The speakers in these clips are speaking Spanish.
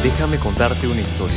Déjame contarte una historia.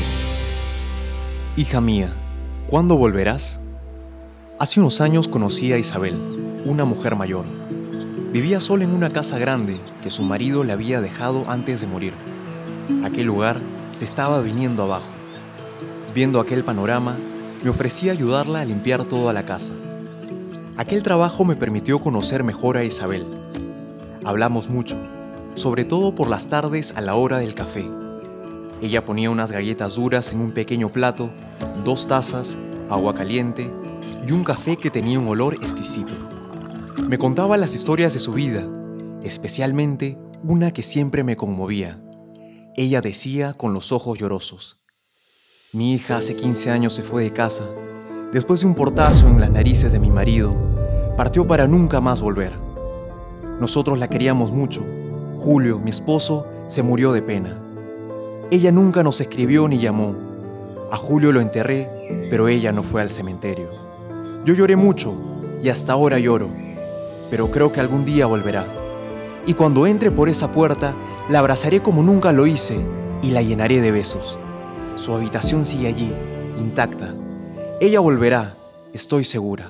Hija mía, ¿cuándo volverás? Hace unos años conocí a Isabel, una mujer mayor. Vivía sola en una casa grande que su marido le había dejado antes de morir. Aquel lugar se estaba viniendo abajo. Viendo aquel panorama, me ofrecí a ayudarla a limpiar toda la casa. Aquel trabajo me permitió conocer mejor a Isabel. Hablamos mucho, sobre todo por las tardes a la hora del café. Ella ponía unas galletas duras en un pequeño plato, 2 tazas, agua caliente y un café que tenía un olor exquisito. Me contaba las historias de su vida, especialmente una que siempre me conmovía. Ella decía con los ojos llorosos: mi hija hace 15 años se fue de casa. Después de un portazo en las narices de mi marido, partió para nunca más volver. Nosotros la queríamos mucho. Julio, mi esposo, se murió de pena. Ella nunca nos escribió ni llamó. A Julio lo enterré, pero ella no fue al cementerio. Yo lloré mucho y hasta ahora lloro, pero creo que algún día volverá. Y cuando entre por esa puerta, la abrazaré como nunca lo hice y la llenaré de besos. Su habitación sigue allí, intacta. Ella volverá, estoy segura.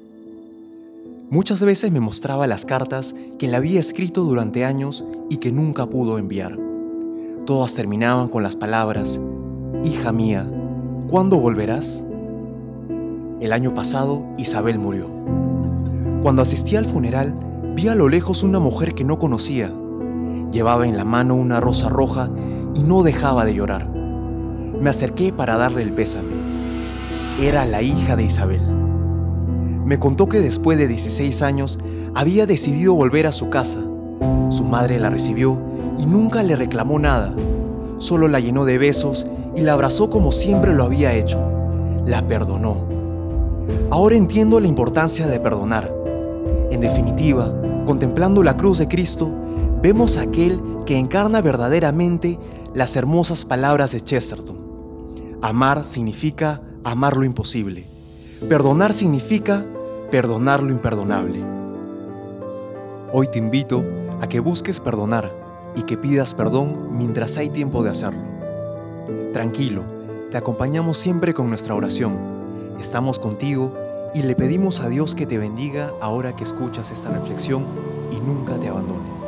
Muchas veces me mostraba las cartas que le había escrito durante años y que nunca pudo enviar. Todas terminaban con las palabras: hija mía, ¿cuándo volverás? El año pasado, Isabel murió. Cuando asistí al funeral, vi a lo lejos una mujer que no conocía. Llevaba en la mano una rosa roja y no dejaba de llorar. Me acerqué para darle el pésame. Era la hija de Isabel. Me contó que después de 16 años había decidido volver a su casa. Su madre la recibió y nunca le reclamó nada. Solo la llenó de besos y la abrazó como siempre lo había hecho. La perdonó. Ahora entiendo la importancia de perdonar. En definitiva, contemplando la cruz de Cristo, vemos a aquel que encarna verdaderamente las hermosas palabras de Chesterton. Amar significa amar lo imposible. Perdonar significa perdonar lo imperdonable. Hoy te invito a que busques perdonar y que pidas perdón mientras hay tiempo de hacerlo. Tranquilo, te acompañamos siempre con nuestra oración. Estamos contigo y le pedimos a Dios que te bendiga ahora que escuchas esta reflexión y nunca te abandone.